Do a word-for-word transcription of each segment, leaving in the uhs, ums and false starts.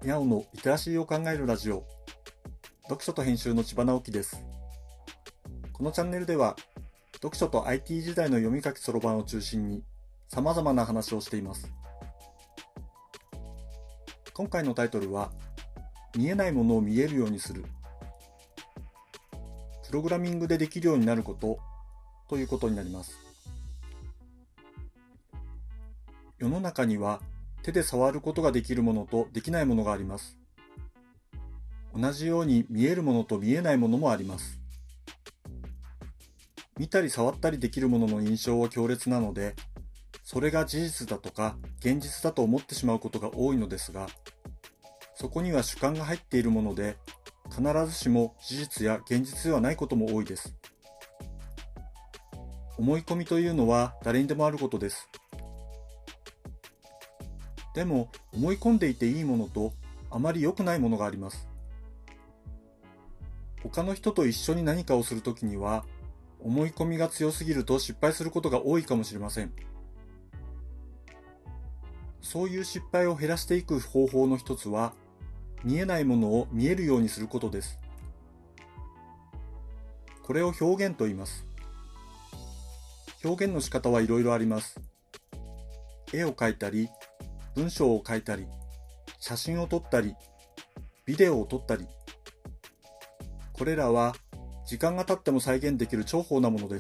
にゃおのリテラシーを考えるラジオ、読書と編集の千葉直樹です。このチャンネルでは読書と アイティー 時代の読み書きそろばんを中心に様々な話をしています。今回のタイトルは見えないものを見えるようにする、プログラミングでできるようになることということになります。世の中には手で触ることができるものとできないものがあります。同じように見えるものと見えないものもあります。見たり触ったりできるものの印象は強烈なので、それが事実だとか現実だと思ってしまうことが多いのですが、そこには主観が入っているもので、必ずしも事実や現実ではないことも多いです。思い込みというのは誰にでもあることです。でも、思い込んでいていいものとあまり良くないものがあります。他の人と一緒に何かをするときには、思い込みが強すぎると失敗することが多いかもしれません。そういう失敗を減らしていく方法の一つは、見えないものを見えるようにすることです。これを表現と言います。表現の仕方はいろいろあります。絵を描いたり、文章を書いたり、写真を撮ったり、ビデオを撮ったり。これらは時間が経っても再現できる重宝なものです。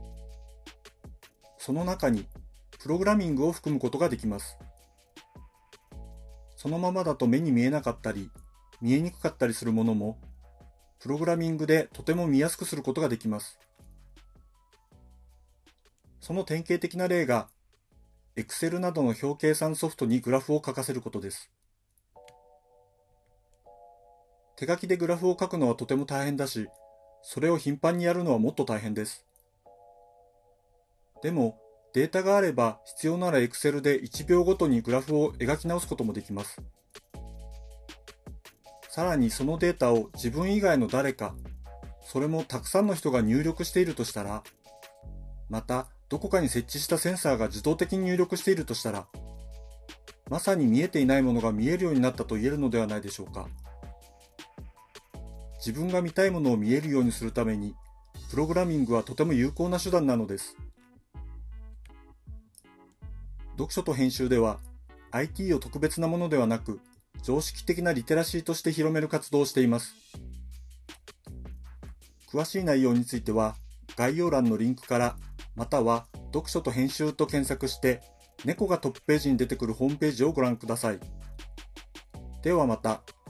その中にプログラミングを含むことができます。そのままだと目に見えなかったり、見えにくかったりするものも、プログラミングでとても見やすくすることができます。その典型的な例が、Excel などの表計算ソフトにグラフを書かせることです。手書きでグラフを書くのはとても大変だし、それを頻繁にやるのはもっと大変です。でも、データがあれば必要なら Excel でいちびょうごとにグラフを描き直すこともできます。さらにそのデータを自分以外の誰か、それもたくさんの人が入力しているとしたら、またどこかに設置したセンサーが自動的に入力しているとしたら、まさに見えていないものが見えるようになったと言えるのではないでしょうか。自分が見たいものを見えるようにするために、プログラミングはとても有効な手段なのです。読書と編集では、アイティー を特別なものではなく、常識的なリテラシーとして広める活動をしています。詳しい内容については、概要欄のリンクから、または読書と編集と検索して、猫がトップページに出てくるホームページをご覧ください。ではまた。